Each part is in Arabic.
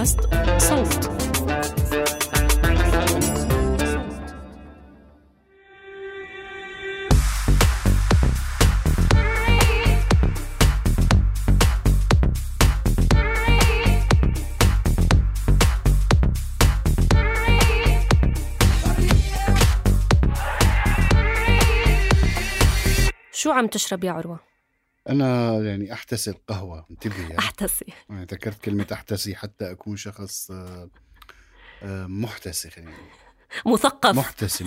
بودكاست صوت. شو عم تشرب يا عروة؟ أنا يعني أحتسي القهوة، انتبهي يعني. أحتسي يعني ذكرت كلمة أحتسي حتى أكون شخص محتسي يعني. مثقف. محتسي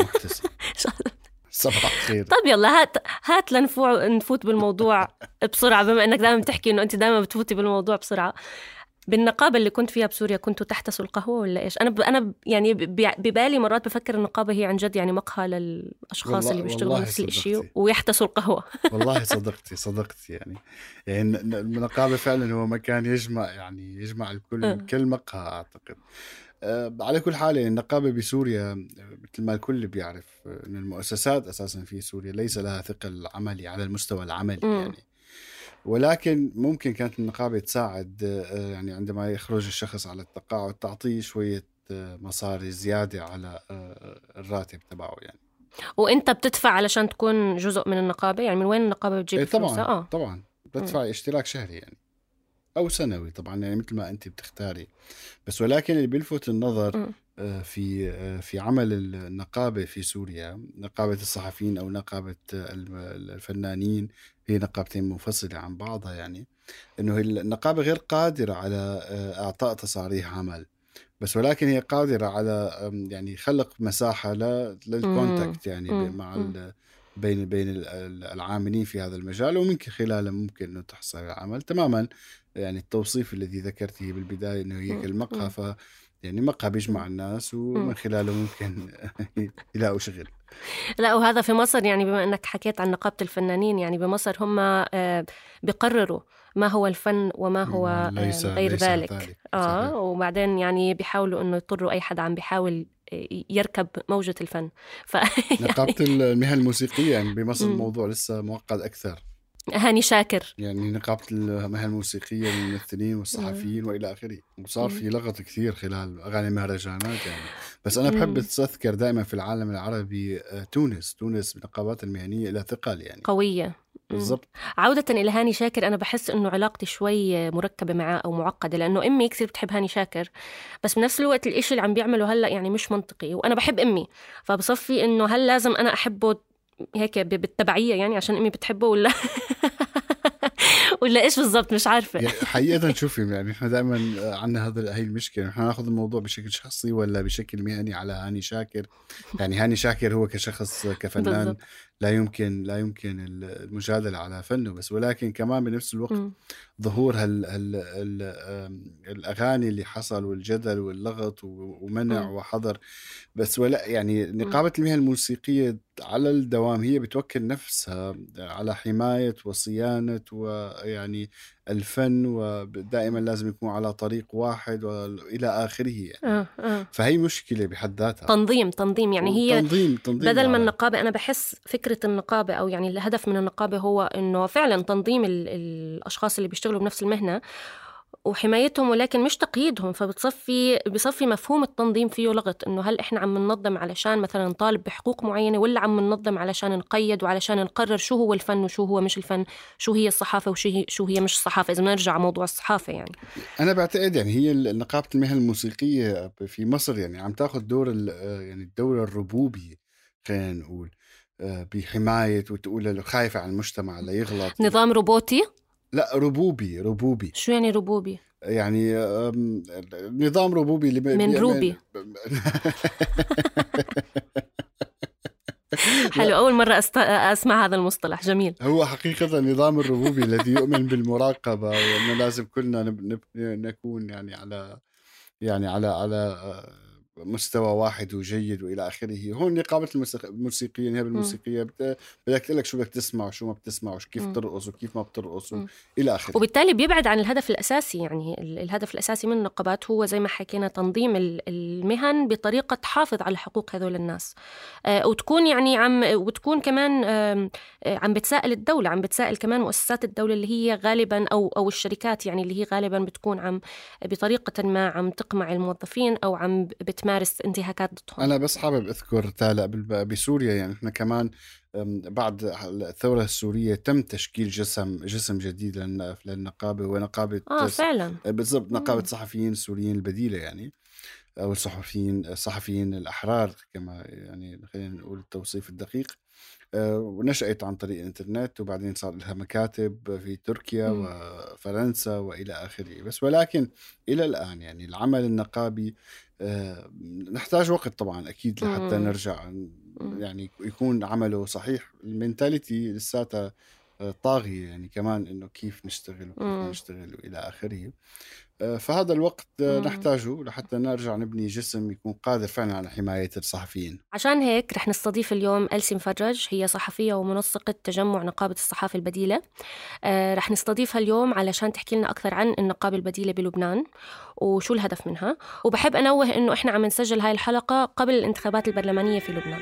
صباح الخير. طب يلا هات نفوت بالموضوع بسرعة، بما أنك دائما بتحكي أنه أنت دائما بتفوتي بالموضوع بسرعة. بالنقابة اللي كنت فيها بسوريا كنتوا تحتسوا القهوة ولا إيش؟ أنا يعني ببالي مرات بفكر النقابة هي عن جد يعني مقهى للأشخاص اللي بيشتغلوا نفس الإشي ويحتسوا القهوة. والله صدقتي يعني النقابة فعلا هو مكان يجمع الكل، كل مقهى أعتقد. على كل حال يعني النقابة بسوريا مثل ما الكل بيعرف أن المؤسسات أساسا في سوريا ليس لها ثقل عملي على المستوى العملي يعني. ولكن ممكن كانت النقابة تساعد يعني عندما يخرج الشخص على التقاعد تعطيه شوية مصاري زيادة على الراتب تبعه يعني. وانت بتدفع علشان تكون جزء من النقابة؟ يعني من وين النقابة بتجيب فلوسها؟ طبعا بدفع اشتراك شهري يعني أو سنوي طبعا، يعني مثل ما أنت بتختاري. بس ولكن اللي بيلفت النظر في عمل النقابة في سوريا، نقابة الصحفيين أو نقابة الفنانين، هي نقابتين منفصلة عن بعضها يعني. إنه النقابة غير قادرة على إعطاء تصاريح عمل، بس ولكن هي قادرة على يعني خلق مساحة للكونتاكت يعني مع بين العاملين في هذا المجال، ومن خلاله ممكن أنه تحصل على عمل. تماما يعني التوصيف الذي ذكرته بالبداية أنه هي كالمقهى، يعني مقهى بيجمع الناس ومن خلاله ممكن يلاقوا شغل. لا، وهذا في مصر يعني بما أنك حكيت عن نقابة الفنانين، يعني بمصر هم بيقرروا ما هو الفن وما هو غير ذلك. وبعدين يعني بيحاولوا أنه يضطروا أي حد عم بيحاول يركب موجة الفن. نقابة المهن الموسيقية يعني بمصر الموضوع لسه معقد أكثر. هاني شاكر يعني نقابة المهن الموسيقية للممثلين والصحفيين وإلى آخره، وصار في لغط كثير خلال أغاني مهرجانات يعني. بس أنا بحب أتذكر دائما في العالم العربي تونس بالنقابات المهنية إلى ثقل يعني قوية بالضبط. عودة إلى هاني شاكر، أنا بحس إنه علاقتي شوي مركبة معاه أو معقدة، لأنه أمي كثير بتحب هاني شاكر، بس بنفس الوقت الإشي اللي عم بيعمله هلأ يعني مش منطقي، وأنا بحب أمي، فبصفي إنه هل لازم أنا أحبه هيك بالتبعية يعني عشان أمي بتحبه ولا إيش بالضبط؟ مش عارفة يعني حقيقة شوفي يعني إحنا دائما عنا هاي المشكلة، إحنا نأخذ الموضوع بشكل شخصي ولا بشكل مهني على هاني شاكر. يعني هاني شاكر هو كشخص كفنان لا يمكن المجادلة على فنه، بس ولكن كمان بنفس الوقت ظهور الأغاني اللي حصل والجدل واللغط ومنع وحظر. بس ولا يعني نقابة المهن الموسيقية على الدوام هي بتوكل نفسها على حماية وصيانة ويعني الفن، ودائما لازم يكون على طريق واحد وإلى آخره يعني. فهي مشكلة بحد ذاتها. تنظيم يعني هي تنظيم بدل ما النقابة، أنا بحس فكرة النقابة أو يعني الهدف من النقابة هو إنه فعلا تنظيم الأشخاص اللي بيشتغلوا بنفس المهنة وحمايتهم، ولكن مش تقييدهم. بصفي مفهوم التنظيم فيه لغط، إنه هل إحنا عم ننظم علشان مثلا نطالب بحقوق معينة، ولا عم ننظم علشان نقيد وعلشان نقرر شو هو الفن وشو هو مش الفن، شو هي الصحافة وشو هي مش الصحافة، إذا نرجع على موضوع الصحافة يعني. أنا بعتقد يعني هي نقابة المهن الموسيقية في مصر يعني عم تاخذ دور يعني الدور الربوبي، خلينا نقول بحماية، وتقول خايفة على المجتمع لا يغلط. نظام روبوتي؟ لا، ربوبي. شو يعني ربوبي؟ يعني نظام ربوبي اللي من روبي. حلو، أول مرة أسمع هذا المصطلح، جميل. هو حقيقة النظام الربوبي الذي يؤمن بالمراقبة، وأنه لازم كلنا نكون يعني على مستوى واحد وجيد والى اخره. هون نقابه الموسيقيين هي بالموسيقيه بدك تقول لك شو بدك تسمع وشو ما بتسمع وكيف ترقص وكيف ما بترقص الى اخره، وبالتالي بيبعد عن الهدف الاساسي. يعني الهدف الاساسي من النقابات هو زي ما حكينا تنظيم المهن بطريقه تحافظ على حقوق هذول الناس، وتكون يعني وتكون كمان عم بتسائل الدوله، عم بتسائل كمان مؤسسات الدوله اللي هي غالبا او الشركات يعني اللي هي غالبا بتكون عم بطريقه ما عم تقمع الموظفين او عم بتمارس انتهاكات ضدهم. انا بس حابب اذكر تالا بسوريا، يعني احنا كمان بعد الثورة السورية تم تشكيل جسم جديد للنقابة، ونقابة فعلا بالضبط نقابة صحفيين السوريين البديلة، يعني أو الصحفيين الأحرار كما يعني خلينا نقول التوصيف الدقيق. ونشأت عن طريق الإنترنت، وبعدين صار لها مكاتب في تركيا وفرنسا وإلى آخره. بس ولكن إلى الآن يعني العمل النقابي نحتاج وقت طبعا أكيد لحتى نرجع يعني يكون عمله صحيح. المنتاليتي لساتها طاغية يعني كمان إنه كيف نشتغل وكيف نشتغل وإلى آخره. فهذا الوقت نحتاجه لحتى نرجع نبني جسم يكون قادر فعلا على حماية الصحفيين. عشان هيك رح نستضيف اليوم ألسي مفرج، هي صحفية ومنسقة تجمع نقابة الصحافة البديلة. رح نستضيفها اليوم علشان تحكي لنا أكثر عن النقابة البديلة بلبنان وشو الهدف منها. وبحب أنوه إنه إحنا عم نسجل هاي الحلقة قبل الانتخابات البرلمانية في لبنان.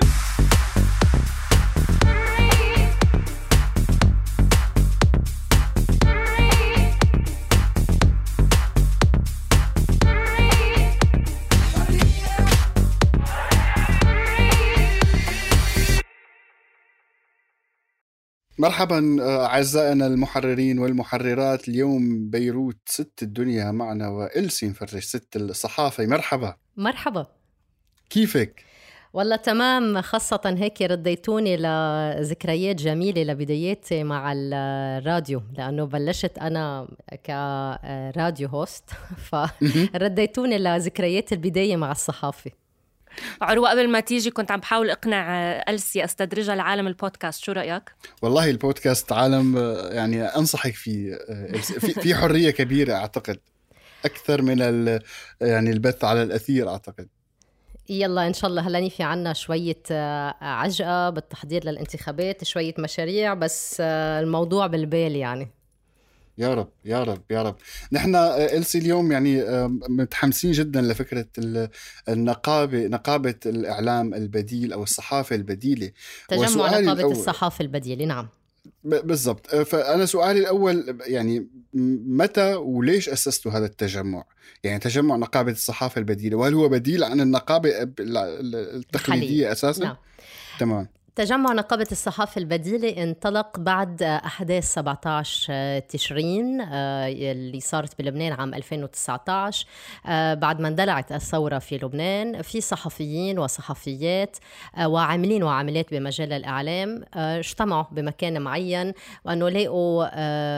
مرحبا أعزائنا المحررين والمحررات. اليوم بيروت ست الدنيا معنا، وإلسي مفرج ست الصحافة. مرحبا. كيفك؟ والله تمام، خاصة هيك رديتوني لذكريات جميلة لبداياتي مع الراديو، لأنه بلشت أنا كراديو هوست فرديتوني لذكريات البداية مع الصحافة. عروة، قبل ما تيجي كنت عم بحاول أقنع ألسي أستدرجها لعالم البودكاست، شو رأيك؟ والله البودكاست عالم يعني أنصحك فيه، في حرية كبيرة أعتقد، أكثر من يعني البث على الأثير أعتقد. يلا إن شاء الله هلاني في عنا شوية عجقة بالتحضير للانتخابات، شوية مشاريع، بس الموضوع بالبال يعني. يا رب يا رب يا رب. نحن إلسي اليوم يعني متحمسين جدا لفكرة نقابة الإعلام البديل أو الصحافة البديلة، تجمع نقابة الصحافة البديلة. نعم بالضبط. فأنا سؤالي الأول يعني متى وليش أسستوا هذا التجمع؟ يعني تجمع نقابة الصحافة البديلة، وهل هو بديل عن النقابة التقليدية أساسا؟ نعم. تمام. تجمع نقابة الصحافة البديلة انطلق بعد أحداث 17 تشرين اللي صارت بلبنان عام 2019. بعد ما اندلعت الثورة في لبنان، في صحفيين وصحفيات وعاملين وعاملات بمجال الإعلام اجتمعوا بمكان معين، وأنه لقوا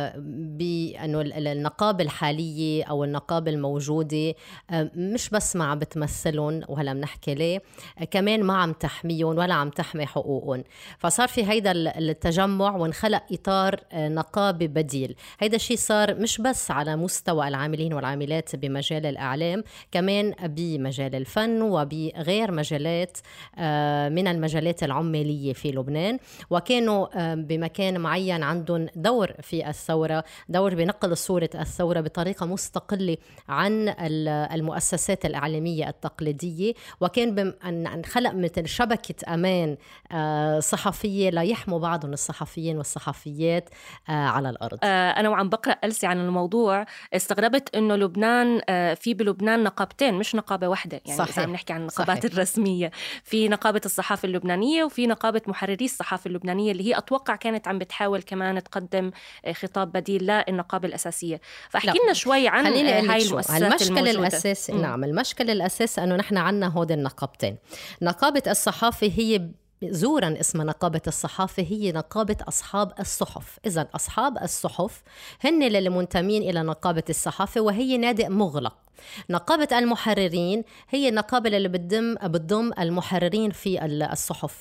بأنه النقابة الحالية أو النقابة الموجودة مش بس ما عم بتمثلهم وهلا بنحكي ليه، كمان ما عم تحميهم ولا عم تحمي حقوقهم. فصار في هيدا التجمع وانخلق إطار نقابة بديل. هيدا الشيء صار مش بس على مستوى العاملين والعاملات بمجال الإعلام، كمان بمجال الفن وبغير مجالات من المجالات العمالية في لبنان، وكانوا بمكان معين عندهم دور في الثورة، دور بنقل صورة الثورة بطريقة مستقلة عن المؤسسات الإعلامية التقليدية، وكان انخلق مثل شبكة أمان صحفية لا يحموا بعضهم الصحفيين والصحفيات على الأرض. أنا وعم بقرأ ألسي عن الموضوع استغربت إنه لبنان في بلبنان نقابتين مش نقابة واحدة. يعني إذا عم نحكي عن النقابات الرسمية، في نقابة الصحافة اللبنانية وفي نقابة محرري الصحافة اللبنانية اللي هي أتوقع كانت عم بتحاول كمان تقدم خطاب بديل للنقابة الأساسية. فأحكي لنا شوي عن هاي المؤسسات الموجودة. الأساس نعم، المشكلة الأساس أنه نحن عنا هود النقابتين. نقابة الصحافة هي زورا اسمها نقابة الصحافة، هي نقابة أصحاب الصحف. إذن أصحاب الصحف هن اللي منتمين إلى نقابة الصحافة، وهي نادئ مغلق. نقابة المحررين هي النقابة اللي بتضم المحررين في الصحف،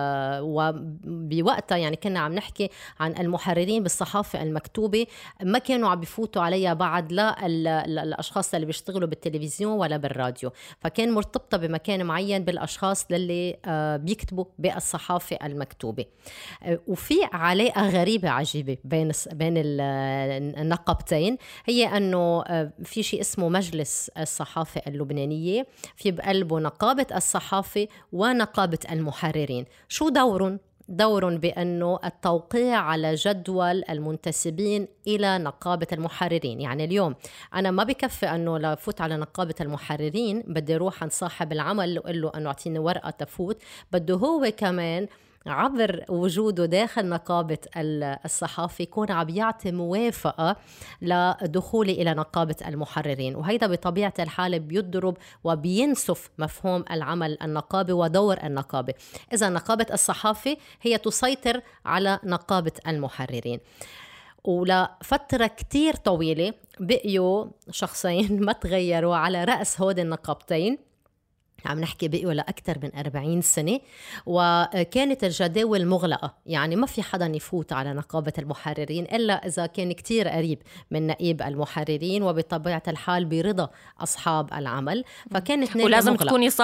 وبوقتها يعني كنا عم نحكي عن المحررين بالصحافة المكتوبة، ما كانوا عم بيفوتوا عليها بعد لا الأشخاص اللي بيشتغلوا بالتلفزيون ولا بالراديو، فكان مرتبطة بمكان معين بالأشخاص اللي بيكتبوا بالصحافة المكتوبة. وفي علاقة غريبة عجيبة بين النقابتين، هي أنه في شيء اسمه مجلس الصحافة اللبنانية، في بقلبه نقابة الصحافة ونقابة المحررين. شو دور بأنه التوقيع على جدول المنتسبين إلى نقابة المحررين. يعني اليوم أنا ما بكفي أنه لفوت على نقابة المحررين بدي أروح عند صاحب العمل وقل له أنه أعطيني ورقة تفوت، بده هو كمان عبر وجوده داخل نقابة الصحافة يكون عم يعطي موافقة لدخولي إلى نقابة المحررين، وهيدا بطبيعة الحال بيضرب وبينسف مفهوم العمل النقابي ودور النقابة. إذا نقابة الصحافة هي تسيطر على نقابة المحررين، ولفترة كتير طويلة بقيوا شخصين ما تغيروا على رأس هود النقابتين، عم نحكي بقيوا لأكثر من 40 سنة، وكانت الجداول مغلقة، يعني ما في حدا يفوت على نقابة المحررين إلا إذا كان كتير قريب من نقيب المحررين وبطبيعة الحال برضا أصحاب العمل. فكانت ولازم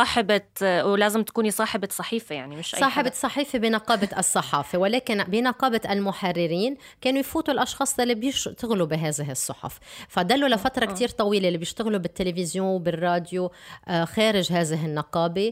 تكوني صاحبة صحيفة، يعني مش أي صاحبة صحيفة بنقابة الصحافة، ولكن بنقابة المحررين كانوا يفوتوا الأشخاص اللي بيشتغلوا بهذه الصحف. فدلوا لفترة كتير طويلة اللي بيشتغلوا بالتلفزيون وبالراديو خارج هذه النقابة،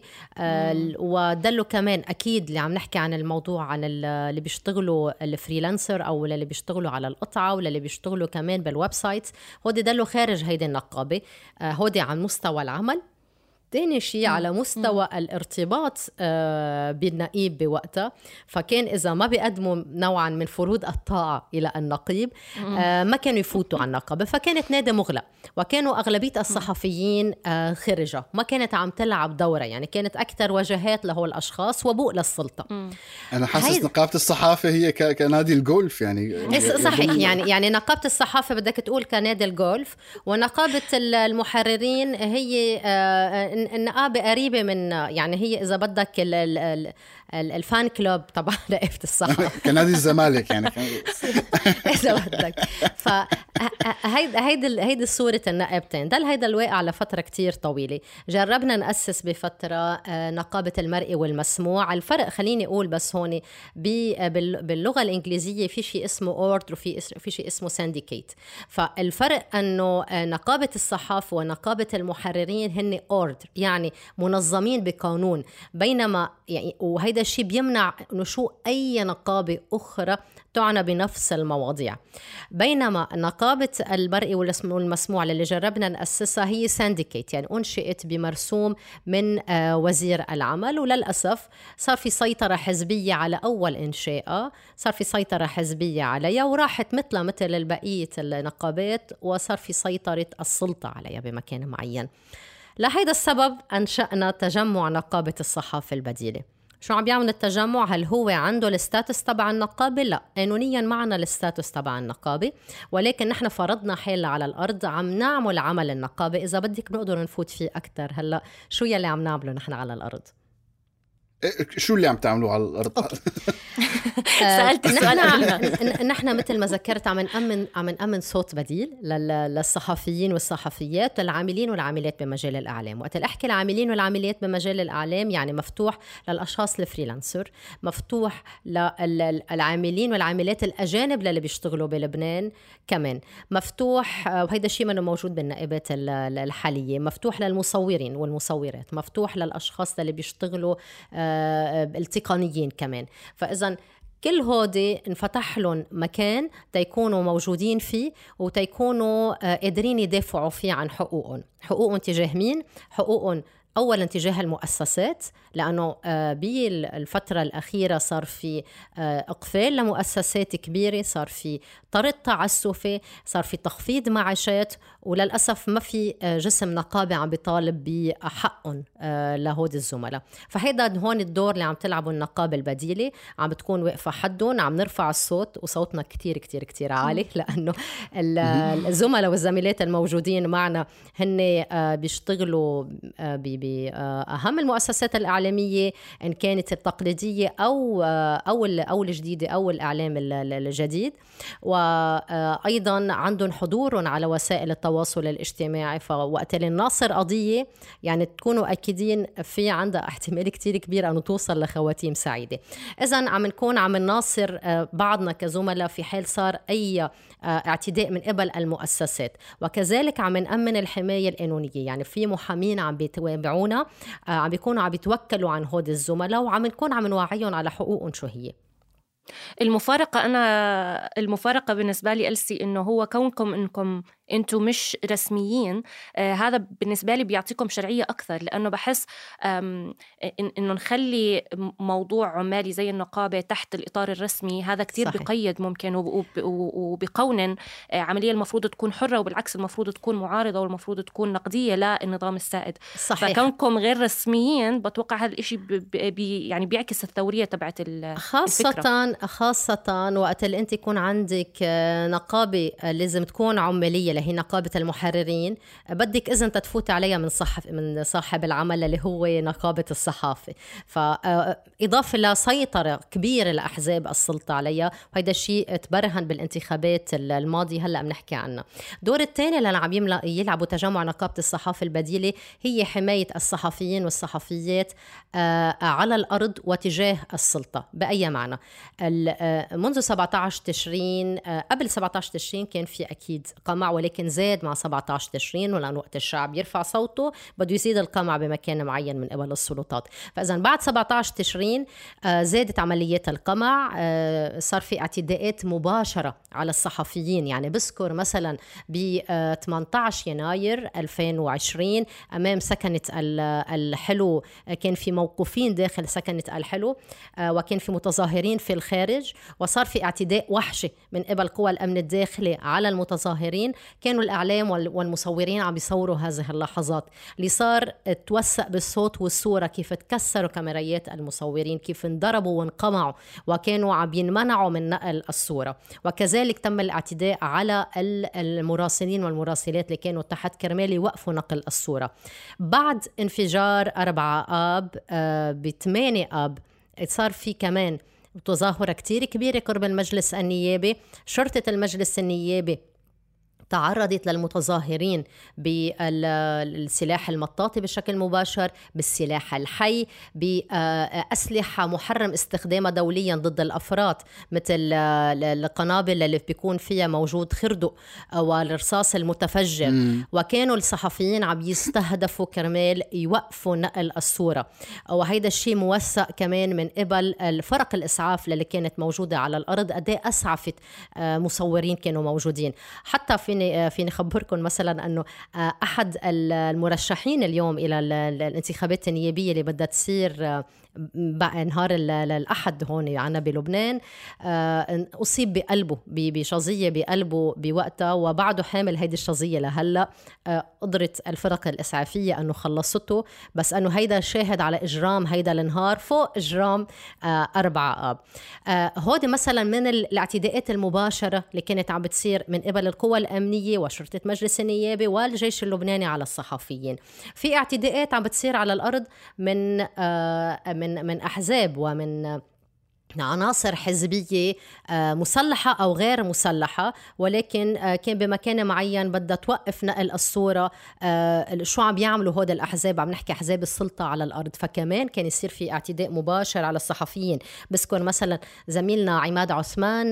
ودلوا كمان أكيد اللي عم نحكي عن الموضوع عن اللي بيشتغلوا الفريلانسر أو اللي بيشتغلوا على القطعة ولا اللي بيشتغلوا كمان بالويب سايت، هودي دلوا خارج هيدي النقابة. هودي عن مستوى العمل. تاني شيء على مستوى الارتباط بالنقيب بوقتها، فكان إذا ما بيقدموا نوعا من فروض الطاعة إلى النقيب ما كانوا يفوتوا على النقابة، فكانت نادي مغلق، وكانوا أغلبية الصحفيين خارجة، ما كانت عم تلعب دورة، يعني كانت أكثر وجهات له الأشخاص وبوء للسلطة. أنا حاسس نقابة الصحافة هي كنادي الجولف يعني. صحيح، يعني نقابة الصحافة بدك تقول كنادي الجولف، ونقابة المحررين هي النقابة قريبة من، يعني هي إذا بدك الفان كلوب طبعا نقابة الصحافة كنادي الزمالك يعني إذا بدك. هيدي صورة النقابتين. دل هيدا الواقع لفترة كتير طويلة. جربنا نأسس بفترة نقابة المرئي والمسموع. الفرق خليني أقول بس هون باللغة الإنجليزية في شيء اسمه أورد وفي شيء اسمه سانديكيت. فالفرق أنه نقابة الصحافة ونقابة المحررين هن أورد، يعني منظمين بقانون، بينما يعني وهيدا الشيء بيمنع نشوء أي نقابة أخرى تعنى بنفس المواضيع. بينما نقابة المرئي والمسموع اللي جربنا نأسسها هي سانديكيت، يعني أنشئت بمرسوم من وزير العمل، وللأسف صار في سيطرة حزبية على أول إنشاء، صار في سيطرة حزبية عليها وراحت مثل البقية النقابات، وصار في سيطرة السلطة عليها بمكان معين. لهذا السبب أنشأنا تجمع نقابة الصحافة البديلة. شو عم بيعمل التجمع؟ هل هو عنده الستاتس تبع النقابة؟ لا، قانونيا معنا الستاتس تبع النقابة، ولكن نحن فرضنا حالنا على الأرض، عم نعمل عمل النقابة. إذا بدك نقدر نفوت فيه أكتر. هلأ شو يلي عم نعمله نحن على الأرض؟ شو اللي عم تعملوا على الأرض؟ سألت السؤال. نحن مثل ما ذكرت عم نأمن صوت بديل للصحفيين والصحفيات، للعاملين والعاملات بمجال الإعلام. وقت أحكي العاملين والعاملات بمجال الإعلام يعني مفتوح للأشخاص الفريلانسر، مفتوح للعاملين والعاملات الأجانب اللي بيشتغلوا بلبنان كمان، مفتوح وهيدا الشيء منه موجود بالنقابات الحالية، مفتوح للمصورين والمصورات، مفتوح للأشخاص اللي بيشتغلوا التقنيين كمان. فإذا كل هودي انفتح لهم مكان تيكونوا موجودين فيه وتيكونوا قادرين يدافعوا فيه عن حقوقهم تجاه مين؟ حقوقهم أولا تجاه المؤسسات، لأنه بالفترة الأخيرة صار في إقفال لمؤسسات كبيرة، صار في طرد تعسفي، صار في تخفيض معاشات، وللأسف ما في جسم نقابة عم بيطالب بحقهم لهود الزملاء. فهيدا هون الدور اللي عم تلعبه النقابة البديلة، عم بتكون واقفة حدهم، عم نرفع الصوت، وصوتنا كتير كتير كتير عالي، لأنه الزملاء والزميلات الموجودين معنا هن بيشتغلوا بأهم المؤسسات الإعلامية، إن كانت التقليدية أو الجديدة أو الإعلام الجديد، وأيضا عندهم حضور على وسائل التواصل الاجتماعي. فوقت اللي ناصر قضية يعني تكونوا أكيدين في عندها احتمال كتير كبير أنه توصل لخواتيم سعيدة. إذن عم نكون عم نناصر بعضنا كزملاء في حال صار أي اعتداء من قبل المؤسسات، وكذلك عم نأمن الحماية القانونية. يعني في محامين عم بيتابعونا، عم بيكونوا عم بيتوكلوا عن هود الزملاء، وعم نكون عم نوعيهم على حقوقهم شو هي. المفارقة بالنسبة لي ألسي إنه هو كونكم إنكم أنتم مش رسميين، هذا بالنسبة لي بيعطيكم شرعية أكثر، لأنه بحس إنه نخلي موضوع عمالي زي النقابة تحت الإطار الرسمي هذا كتير صحيح. بقيد ممكن وبقونن عملية المفروض تكون حرة، وبالعكس المفروض تكون معارضة، والمفروض تكون نقدية للنظام السائد. صحيح. فكونكم غير رسميين بتوقع هذا الإشي يعني بيعكس الثورية تبعت الفكرة. خاصة وقت اللي أنت يكون عندك نقابة لازم تكون عمالية، اللي هي نقابة المحررين، بدك إذن تتفوت عليها من صاحب العمل اللي هو نقابة الصحافة. فإضافة لسيطرة كبيرة لأحزاب السلطة عليها، وهذا الشيء تبرهن بالانتخابات الماضية هلأ بنحكي عنها. دور الثاني اللي عم يلعبوا تجمع نقابة الصحافة البديلة هي حماية الصحفيين والصحفيات على الأرض وتجاه السلطة. بأي معنى؟ منذ 17 تشرين، قبل 17 تشرين كان في أكيد قمع، ولكن زاد مع 17 تشرين، ولأن وقت الشعب يرفع صوته بده يزيد القمع بمكان معين من قبل السلطات. فإذا بعد 17 تشرين زادت عمليات القمع، صار في اعتداءات مباشرة على الصحفيين. يعني بذكر مثلا ب 18 يناير 2020 أمام سكنة الحلو كان في موقوفين داخل سكنة الحلو، وكان في متظاهرين في الخارج، وصار في اعتداء وحشي من قبل قوى الأمن الداخلي على المتظاهرين. كانوا الإعلام والمصورين عم بيصوروا هذه اللحظات اللي صار توسع بالصوت والصورة، كيف تكسروا كاميرات المصورين، كيف انضربوا وانقمعوا وكانوا عم ينمنعوا من نقل الصورة. وكذلك تم الاعتداء على المراسلين والمراسلات اللي كانوا تحت كرمال يوقفوا نقل الصورة. بعد انفجار 4 آب ب8 آب صار في كمان تظاهرة كتير كبيرة قرب المجلس النيابي. شرطة المجلس النيابي تعرضت للمتظاهرين بالسلاح المطاطي بشكل مباشر، بالسلاح الحي، بأسلحة محرم استخدامها دوليا ضد الأفراد، مثل القنابل اللي بيكون فيها موجود خردق والرصاص المتفجر. وكانوا الصحفيين عم يستهدفوا كرمال يوقفوا نقل الصورة. وهيدا الشيء موثق كمان من قبل الفرق الإسعاف اللي كانت موجودة على الأرض، قد أسعفت مصورين كانوا موجودين. حتى فيني خبركم مثلا أنه أحد المرشحين اليوم إلى الانتخابات النيابية اللي بدها تصير نهار الأحد هون عنا بلبنان، أصيب بقلبه بشظية بقلبه بوقتها، وبعده حامل هيدي الشظية لهلأ. قدرت الفرق الإسعافية أنه خلصته، بس أنه هيدا شاهد على إجرام هيدا النهار فوق إجرام 4 آب. هودي مثلا من الاعتداءات المباشرة اللي كانت عم بتصير من قبل القوى الأمنية وشرطة مجلس النيابي والجيش اللبناني على الصحفيين. في اعتداءات عم بتصير على الأرض من أحزاب ومن عناصر حزبية مسلحة أو غير مسلحة، ولكن كان بمكان معين بدها توقف نقل الصورة. شو عم يعملوا هود الأحزاب؟ عم نحكي أحزاب السلطة على الأرض، فكمان كان يصير في اعتداء مباشر على الصحفيين. بذكر مثلا زميلنا عماد عثمان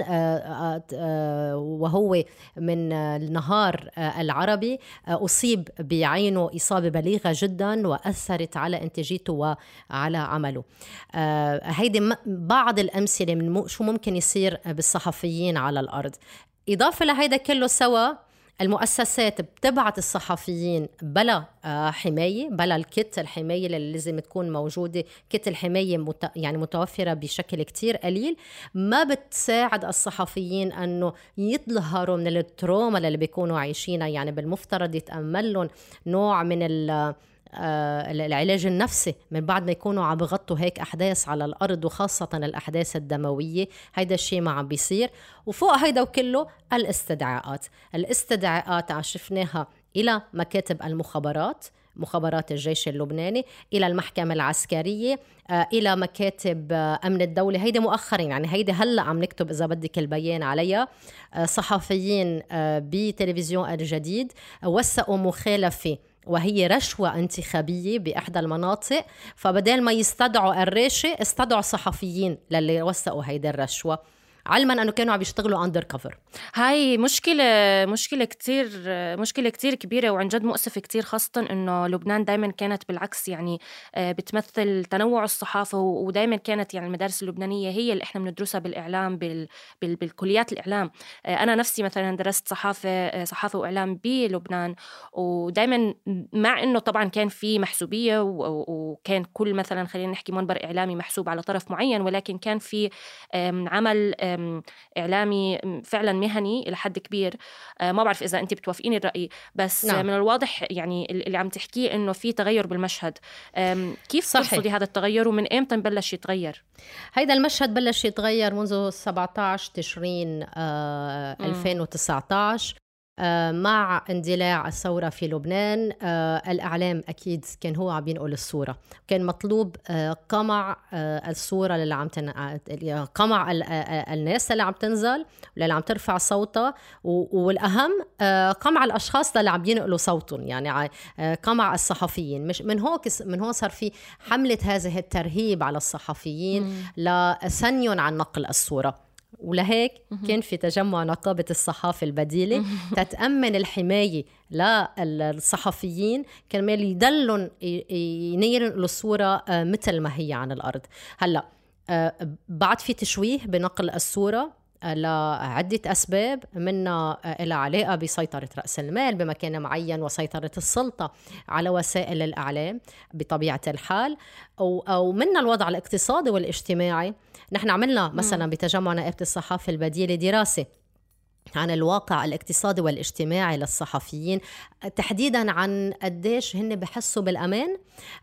وهو من النهار العربي أصيب بعينه إصابة بليغة جدا وأثرت على إنتاجيته وعلى عمله. هيدي بعض الأمثلة من شو ممكن يصير بالصحفيين على الأرض. إضافة لهيدا كله سوا المؤسسات بتبعت الصحفيين بلا حماية، بلا الكت الحماية اللي لازم تكون موجودة. كت الحماية يعني متوفرة بشكل كتير قليل، ما بتساعد الصحفيين أنه يظهروا من التروما اللي بيكونوا عايشينها. يعني بالمفترض يتأمل لهم نوع من العلاج النفسي من بعد ما يكونوا عم بغطوا هيك أحداث على الأرض، وخاصة الأحداث الدموية. هيدا الشيء ما عم بيصير. وفوق هيدا وكله الاستدعاءات شفناها إلى مكاتب المخابرات، مخابرات الجيش اللبناني، إلى المحكمة العسكرية، إلى مكاتب أمن الدولة. هيدا مؤخرا، يعني هيدا هلأ عم نكتب إذا بدك البيان عليها. صحفيين بتلفزيون الجديد وثقوا مخالفة وهي رشوة انتخابية بإحدى المناطق، فبدل ما يستدعوا الراشة استدعوا صحفيين للي وثقوا هيدا الرشوة، علما أنه كانوا عم يشتغلوا أندر كفر. هاي مشكلة كتير كبيرة، وعن جد مؤسفة كتير، خاصة أنه لبنان دايما كانت بالعكس يعني بتمثل تنوع الصحافة، ودايما كانت يعني المدارس اللبنانية هي اللي إحنا بندرسها بالإعلام، بالكليات الإعلام. أنا نفسي مثلا درست صحافة وإعلام بلبنان، ودايما مع أنه طبعا كان في محسوبية وكان كل مثلا خلينا نحكي منبر إعلامي محسوب على طرف معين، ولكن كان في عمل إعلامي فعلا مهني إلى حد كبير. ما بعرف إذا أنت بتوافقيني الرأي، بس نعم. من الواضح يعني اللي عم تحكيه إنه في تغير بالمشهد. كيف تقصدي هذا التغير، ومن إمتى بلش يتغير؟ هيدا المشهد بلش يتغير منذ 17 تشرين 2019 مع اندلاع الثورة في لبنان. الإعلام أكيد كان هو عم ينقل الصورة، كان مطلوب قمع الصورة اللي عم قمع الناس اللي عم تنزل واللي عم ترفع صوتها، والأهم قمع الأشخاص اللي عم ينقلوا صوتهم، يعني قمع الصحفيين. مش من هون صار في حملة هذه الترهيب على الصحفيين لسنيون عن نقل الصورة. ولهيك كان في تجمع نقابة الصحافة البديلة تتأمن الحماية للصحفيين كرمال يدلون ينقلوا الصورة مثل ما هي عن الأرض. هلأ بعد في تشويه بنقل الصورة لعدة أسباب، منها إلى علاقة بسيطرة رأس المال بمكان معين وسيطرة السلطة على وسائل الإعلام بطبيعة الحال، أو منها الوضع الاقتصادي والاجتماعي. نحن عملنا مثلا بتجمع نقابة الصحافة البديلة دراسة عن الواقع الاقتصادي والاجتماعي للصحفيين، تحديدا عن قديش هن بحسوا بالأمان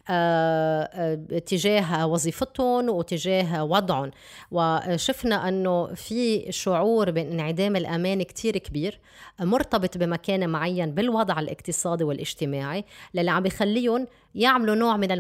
تجاه وظيفتهم وتجاه وضعهم. وشفنا أنه في شعور بانعدام الأمان كتير كبير مرتبط بمكان معين بالوضع الاقتصادي والاجتماعي، اللي عم بيخليهم يعملوا نوع من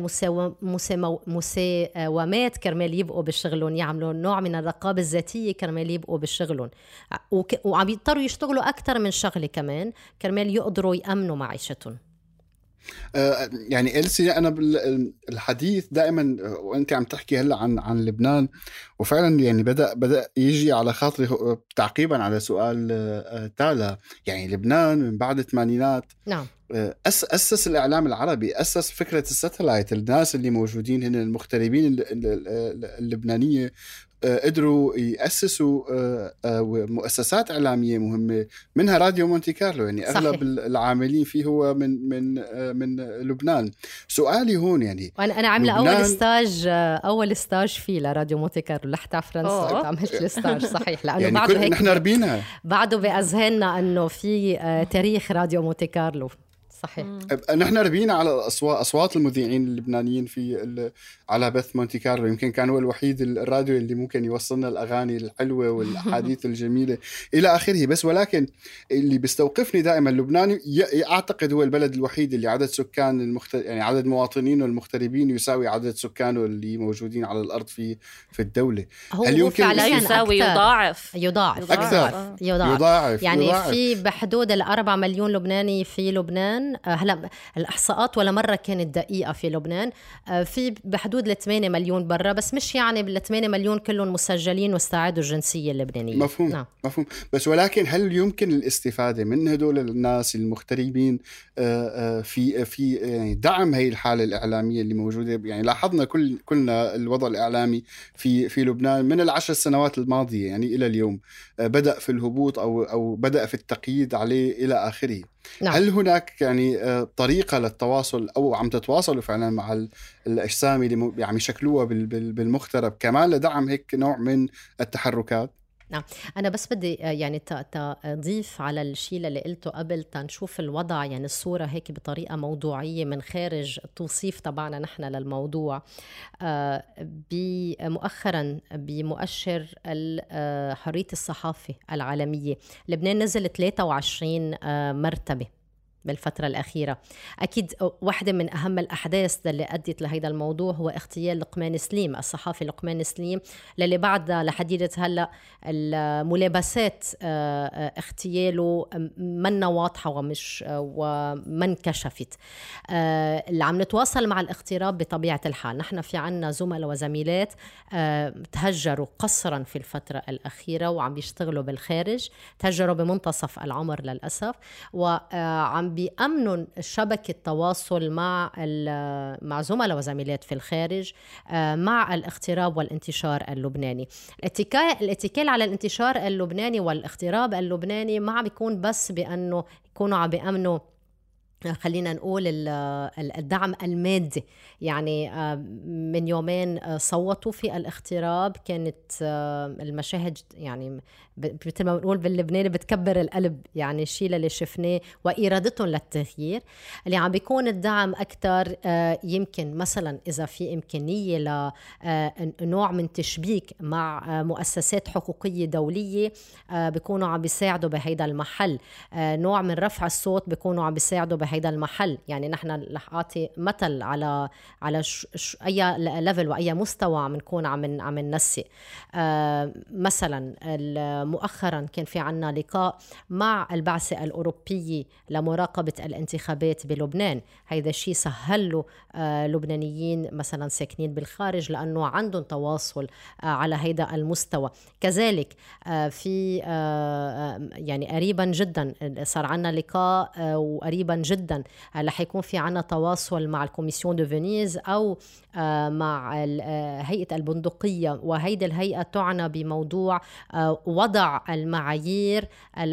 المساومات كرمال يبقوا بشغلهم، يعملوا نوع من الرقابة الذاتية كرمال يبقوا بشغلهم، وعم يضطروا يشتغلوا أكتر من شغلة كمان كرمال يقدروا يأمنوا معيشتهم. يعني إلسي، أنا بالحديث دائما وأنت عم تحكي هلأ عن لبنان، وفعلا يعني بدأ يجي على خاطري تعقيبا على سؤال تالا. يعني لبنان من بعد الثمانينات نعم أسس الإعلام العربي، أسس فكرة الساتلايت. الناس اللي موجودين هنا المغتربين اللبنانية قدروا يأسسوا مؤسسات إعلامية مهمة، منها راديو مونتي كارلو. يعني أغلب صحيح. العاملين فيه هو من لبنان. سؤالي هون يعني أنا عاملة أول ستاج فيه لراديو مونتي كارلو لحتى فرنسا، عملت الستاج صحيح، لأنه يعني بعده هيك نحن ربينا بعده بأذهاننا أنه في تاريخ راديو مونتي كارلو. صحيح. نحن ربينا على أصوات المذيعين اللبنانيين على بث مونتي كارلو. يمكن كان هو الوحيد الراديو اللي ممكن يوصلنا الأغاني الحلوة والحديث الجميلة إلى آخره. بس ولكن اللي بيستوقفني دائما لبنان، أعتقد هو البلد الوحيد اللي عدد سكان يعني عدد مواطنين والمغتربين يساوي عدد سكانه اللي موجودين على الأرض في الدولة. هل يمكن يساوي يضاعف أكثر يعني في بحدود 4 مليون لبناني في لبنان، لبنان هلا الإحصاءات ولا مرة كانت دقيقة في لبنان، في بحدود ل 8 مليون برا، بس مش يعني بال 8 مليون كلهم مسجلين واستعادوا الجنسية اللبنانية. مفهوم. نعم. مفهوم. بس ولكن هل يمكن الاستفادة من هدول الناس المغتربين في يعني دعم هي الحالة الإعلامية اللي موجودة؟ يعني لاحظنا كلنا الوضع الإعلامي في لبنان من 10 سنوات الماضية يعني إلى اليوم بدأ في الهبوط أو بدأ في التقييد عليه إلى آخره. نعم. هل هناك يعني طريقة للتواصل أو عم تتواصلوا فعلا مع الأجسام اللي يعني شكلوها بالمغترب كمان لدعم هيك نوع من التحركات؟ نعم. أنا بس بدي يعني تضيف على الشيء اللي قلته قبل تنشوف الوضع، يعني الصورة هيك بطريقة موضوعية من خارج التوصيف تبعنا نحن للموضوع. مؤخرا بمؤشر حرية الصحافة العالمية لبنان نزل 23 مرتبة بالفترة الأخيرة. أكيد واحدة من أهم الأحداث اللي أدت لهذا الموضوع هو اغتيال لقمان سليم، الصحافي لقمان سليم، للي بعد لحديدة هلأ الملابسات اغتياله منا واضحة وما انكشفت. اللي عم نتواصل مع الاغتراب بطبيعة الحال، نحن في عنا زملاء وزميلات تهجروا قسرا في الفترة الأخيرة وعم بيشتغلوا بالخارج، تهجروا بمنتصف العمر للأسف، وعم بيأمنوا شبكة تواصل مع زملاء وزميلات في الخارج مع الاغتراب والانتشار اللبناني. الاتكال على الانتشار اللبناني والاغتراب اللبناني ما عم بيكون بس بأنه يكونوا عم بيأمنوا خلينا نقول الدعم المادي. يعني من يومين صوتوا في الاغتراب، كانت المشاهد يعني مثل ما بنقول باللبناني بتكبر القلب، يعني الشيء اللي شفناه وإرادتهم للتغيير اللي عم بيكون الدعم أكتر. يمكن مثلا إذا في إمكانية لنوع من تشبيك مع مؤسسات حقوقية دولية بيكونوا عم بيساعدوا بهيدا المحل، نوع من رفع الصوت بيكونوا عم بيساعدوا بهيدا المحل. يعني نحن رح أعطي مثل على أي ليفل وأي مستوى عم نكون عم ننسق. مثلا مؤخرا كان في عنا لقاء مع البعثة الأوروبية لمراقبة الانتخابات بلبنان. هيدا الشيء سهل له لبنانيين مثلا ساكنين بالخارج لأنه عندهم تواصل على هيدا المستوى. كذلك في يعني قريبا جدا صار عنا لقاء، وقريبا جدا رح يكون في عنا تواصل مع الكوميسيون دو فينيز أو مع هيئة البندقية، وهيدي الهيئة تعنى بموضوع وضع المعايير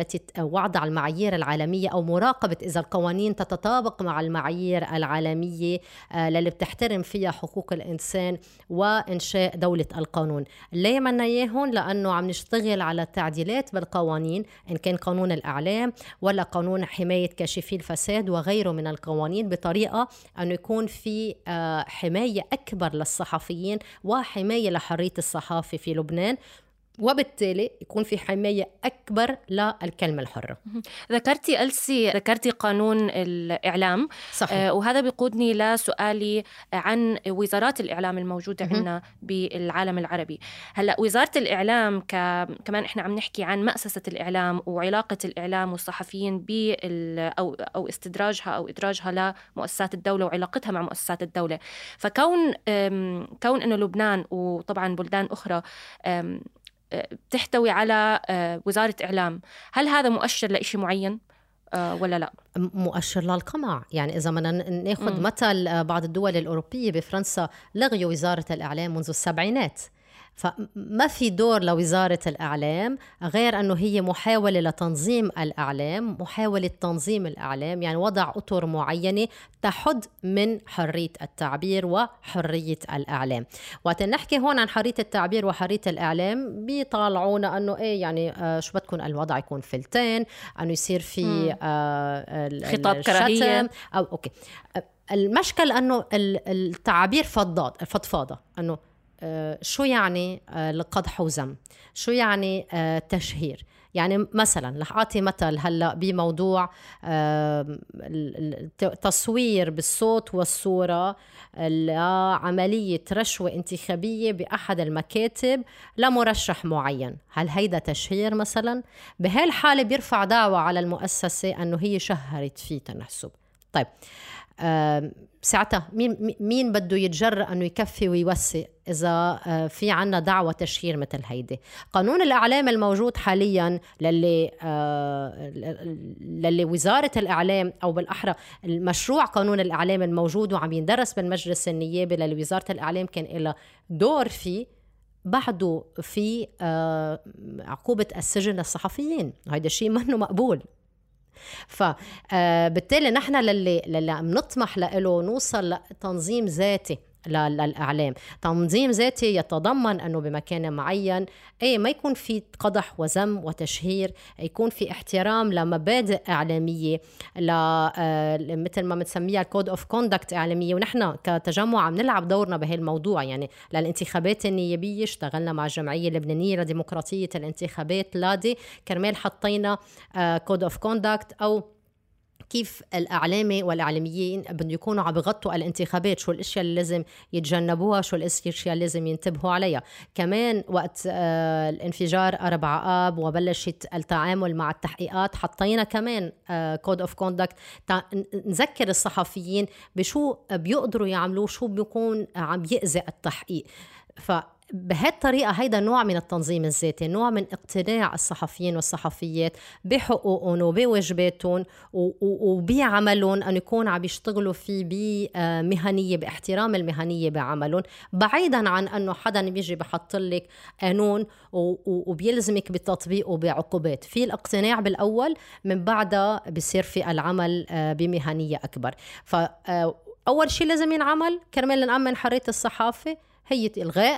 العالمية أو مراقبة إذا القوانين تتطابق مع المعايير العالمية اللي بتحترم فيها حقوق الإنسان وإنشاء دولة القانون. ليه منا إياهم؟ لأنه عم نشتغل على تعديلات بالقوانين، إن كان قانون الإعلام ولا قانون حماية كاشفي الفساد وغيره من القوانين، بطريقة أنه يكون في حماية أكبر للصحفيين وحماية لحرية الصحافة في لبنان، وبالتالي يكون في حماية أكبر للكلمة الحرة. ذكرتي قانون الإعلام. صحيح. وهذا بيقودني لسؤالي عن وزارات الإعلام الموجودة عندنا بالعالم العربي. هلأ وزارة الإعلام كمان إحنا عم نحكي عن مؤسسة الإعلام وعلاقة الإعلام والصحفيين أو استدراجها أو إدراجها لمؤسسات الدولة وعلاقتها مع مؤسسات الدولة. فكون إنه لبنان وطبعا بلدان أخرى بتحتوي على وزارة إعلام، هل هذا مؤشر لإشي معين ولا لا؟ مؤشر للقمع. يعني إذا بدنا ناخذ مثل بعض الدول الأوروبية، بفرنسا لغيوا وزارة الإعلام منذ السبعينات، فما في دور لوزارة الإعلام غير أنه هي محاولة لتنظيم الإعلام، محاولة تنظيم الإعلام، يعني وضع أطر معينة تحد من حرية التعبير وحرية الإعلام. وقت نحكي هون عن حرية التعبير وحرية الإعلام بيطالعونا أنه إيه يعني شو بدكم الوضع يكون فلتين، أنه يصير في خطاب كراهية أو أوكي. المشكل أنه التعبير فضفاضة، أنه شو يعني القدح وذم، شو يعني تشهير. يعني مثلا رح أعطي مثل هلأ بموضوع التصوير بالصوت والصورة لعملية رشوة انتخابية بأحد المكاتب لمرشح معين. هل هيدا تشهير مثلا؟ بهالحالة بيرفع دعوة على المؤسسة أنه هي شهرت فيه تنحسب. طيب ساعتها مين بده يتجرأ أنه يكفي ويوسع إذا في عنا دعوة تشهير مثل هيدي؟ قانون الإعلام الموجود حاليا للي وزارة الإعلام، أو بالأحرى المشروع قانون الإعلام الموجود وعم يندرس بالمجلس النيابي للي وزارة الإعلام كان إلى دور فيه، بعده في عقوبة السجن للصحفيين. هيدا الشيء منه مقبول. فبالتالي نحن للي نطمح له نوصل لتنظيم ذاتي للإعلام، تنظيم ذاتي يتضمن أنه بمكان معين ما يكون في قدح وذم وتشهير، يكون في احترام لمبادئ إعلامية، مثل ما بنسميها الكود اوف كوندكت إعلامية. ونحن كتجمع عم نلعب دورنا بهالموضوع. يعني للانتخابات النيابية اشتغلنا مع الجمعية اللبنانية لديمقراطية الانتخابات لادي كرمال حطينا كود اوف كوندكت، أو كيف الإعلامي والإعلاميين بده يكونوا عم بغطوا الانتخابات، شو الاشياء اللي لازم يتجنبوها، شو الاشياء اللي لازم ينتبهوا عليها. كمان وقت الانفجار 4 آب وبلشت التعامل مع التحقيقات حطينا كمان كود اوف كوندكت نذكر الصحفيين بشو بيقدروا يعملوا، شو بيكون عم يأذي التحقيق. بهالطريقة هيدا نوع من التنظيم الذاتي، نوع من اقتناع الصحفيين والصحفيات بحقوقهم وبواجباتهم وبعملهم، أن يكون عم يشتغلوا فيه بمهنية، باحترام المهنية بعملهم، بعيدا عن أنه حدا بيجي بحط لك قانون وبيلزمك بتطبيقه بعقوبات. في الاقتناع بالأول، من بعدها بيصير في العمل بمهنية أكبر. فأول شيء لازم ينعمل كرمال نأمن حرية الصحافة هي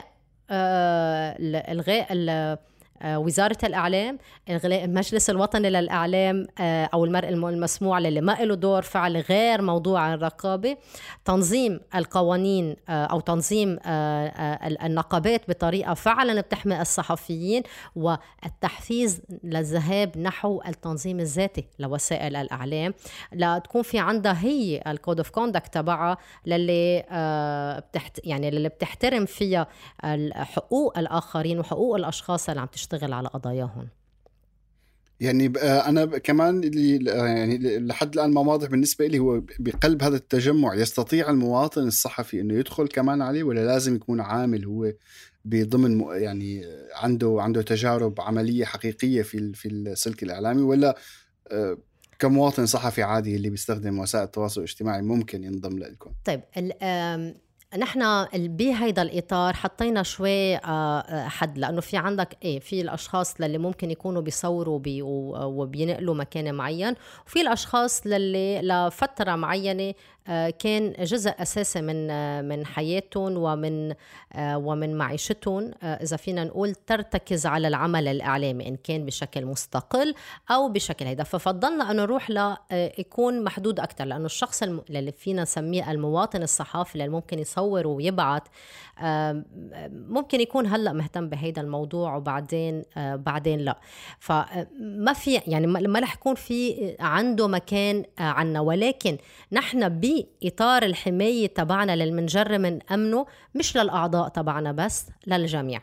إلغاء وزارة الإعلام، إلغاء المجلس الوطني للإعلام أو المرء المسموع اللي ما له دور فعل غير موضوع الرقابة، تنظيم القوانين أو تنظيم النقابات بطريقة فعلا بتحمي الصحفيين، والتحفيز للذهاب نحو التنظيم الذاتي لوسائل الإعلام، لتكون في عندها هي الكود اوف كوندكت تبعها للي يعني اللي بتحترم فيها حقوق الآخرين وحقوق الأشخاص اللي عم تشتغل على قضاياهم. يعني أنا كمان يعني لحد الآن ما واضح بالنسبة لي، هو بقلب هذا التجمع يستطيع المواطن الصحفي إنه يدخل كمان عليه، ولا لازم يكون عامل هو بضمن يعني عنده تجارب عملية حقيقية في السلك الإعلامي، ولا كمواطن صحفي عادي اللي بيستخدم وسائل التواصل الاجتماعي ممكن ينضم لكم؟ طيب نحن بهيدا الإطار حطينا شوي حد، لأنه في عندك في الأشخاص اللي ممكن يكونوا بيصوروا وبينقلوا مكان معين، وفي الأشخاص اللي لفترة معينة كان جزء أساسي من حياتهم ومن معيشتهم، إذا فينا نقول ترتكز على العمل الإعلامي إن كان بشكل مستقل أو بشكل هيدا. ففضلنا أن نروح يكون محدود أكتر، لأنه الشخص اللي فينا نسميه المواطن الصحافي اللي ممكن يصور ويبعت ممكن يكون هلأ مهتم بهيدا الموضوع وبعدين لا. فما في يعني ما رح يكون في عنده مكان عنا، ولكن نحن بإطار الحماية تبعنا للمنجر من أمنه، مش للأعضاء تبعنا بس، للجميع.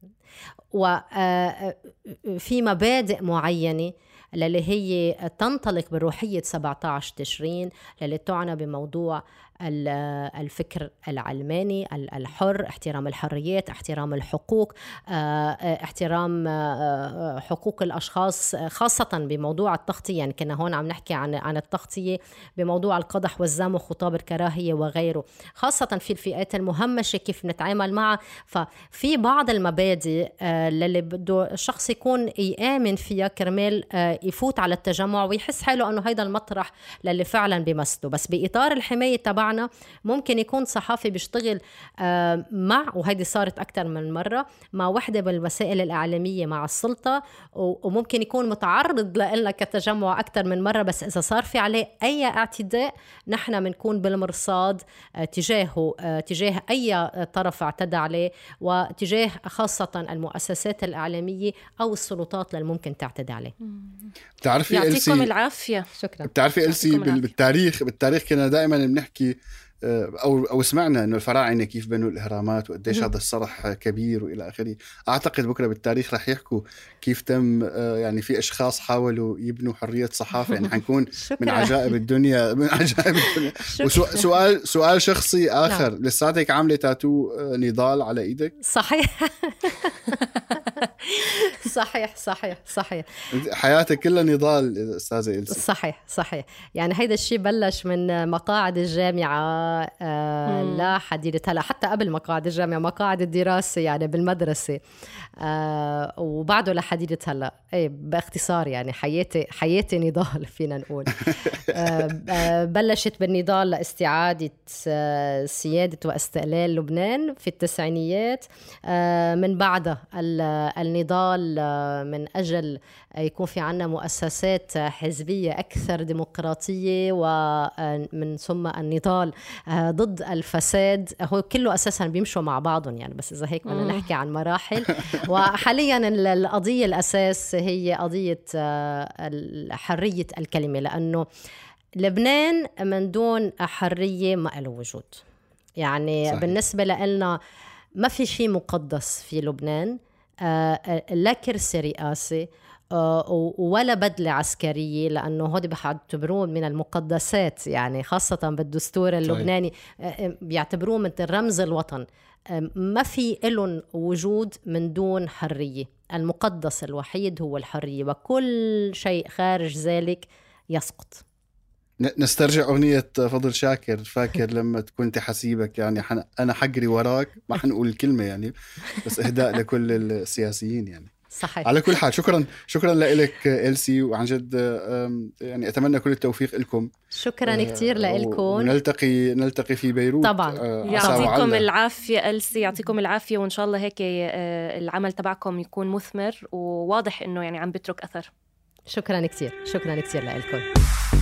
وفي مبادئ معينة اللي هي تنطلق بروحية 17 تشرين اللي تعنى بموضوع الفكر العلماني الحر، احترام الحريات، احترام الحقوق، احترام حقوق الأشخاص، خاصة بموضوع التغطية. يعني كنا هون عم نحكي عن التغطية بموضوع القدح والذم وخطاب الكراهية وغيره، خاصة في الفئات المهمشة كيف نتعامل معها. ففي بعض المبادئ اللي بده الشخص يكون يآمن فيها كرمال يفوت على التجمع ويحس حاله أنه هيدا المطرح للي فعلا بمثله. بس بإطار الحماية تبعنا ممكن يكون صحافي بيشتغل وهيدي صارت أكتر من مرة مع وحدة بالوسائل الإعلامية مع السلطة، وممكن يكون متعرض لنا كتجمع أكتر من مرة، بس إذا صار في عليه أي اعتداء نحن بنكون بالمرصاد تجاه أي طرف اعتدى عليه، وتجاه خاصة المؤسسات الإعلامية أو السلطات اللي ممكن تعتدي عليه. بتعرفي يعطيكم العافية. شكرا. بتعرفي إلسي بالتاريخ كنا دائما بنحكي أو سمعنا إنه الفراعنة كيف بنوا الإهرامات وقديش هذا الصرح كبير وإلى آخره. أعتقد بكرة بالتاريخ رح يحكوا كيف تم يعني في أشخاص حاولوا يبنوا حرية صحافة، يعني حنكون من عجائب الدنيا، من عجائب الدنيا. سؤال شخصي آخر، لساتك عاملة تاتو نضال على إيدك؟ صحيح. صحيح حياتك كلها نضال أستاذة إلسي. صحيح. يعني هيدا الشيء بلش من مقاعد الجامعة لا حديدة هلا، حتى قبل مقاعد الجامعة، مقاعد الدراسة يعني بالمدرسة، وبعده لحديدة هلا. ايه باختصار يعني حياتي نضال فينا نقول. بلشت بالنضال لاستعادة سيادة واستقلال لبنان في التسعينيات. من بعدها النضال من أجل يكون في عنا مؤسسات حزبية أكثر ديمقراطية، ومن ثم النضال ضد الفساد. هو كله أساسا بيمشوا مع بعضهم يعني، بس إذا هيك بدنا نحكي عن مراحل. وحاليا القضية الأساس هي قضية حرية الكلمة، لأنه لبنان من دون حرية ما له وجود يعني. صحيح. بالنسبة لنا ما في شيء مقدس في لبنان، لا كرسي رئاسي ولا بدلة عسكرية، لأنه هودي بيعتبروه من المقدسات يعني، خاصة بالدستور اللبناني بيعتبروه مثل رمز الوطن. ما في إلهم وجود من دون حرية. المقدس الوحيد هو الحرية، وكل شيء خارج ذلك يسقط. نسترجع أغنية فضل شاكر، فاكر لما كنت حسيبك يعني أنا حجري وراك، ما حنقول الكلمة يعني، بس إهداء لكل السياسيين يعني. صحيح. على كل حال شكرا لك إلسي، وعن جد يعني أتمنى كل التوفيق لكم. شكرا كتير لكم، ونلتقي في بيروت طبعا. يعطيكم العافية إلسي، يعطيكم العافية، وإن شاء الله هيك العمل تبعكم يكون مثمر وواضح إنه يعني عم بترك أثر. شكرا كتير لكم.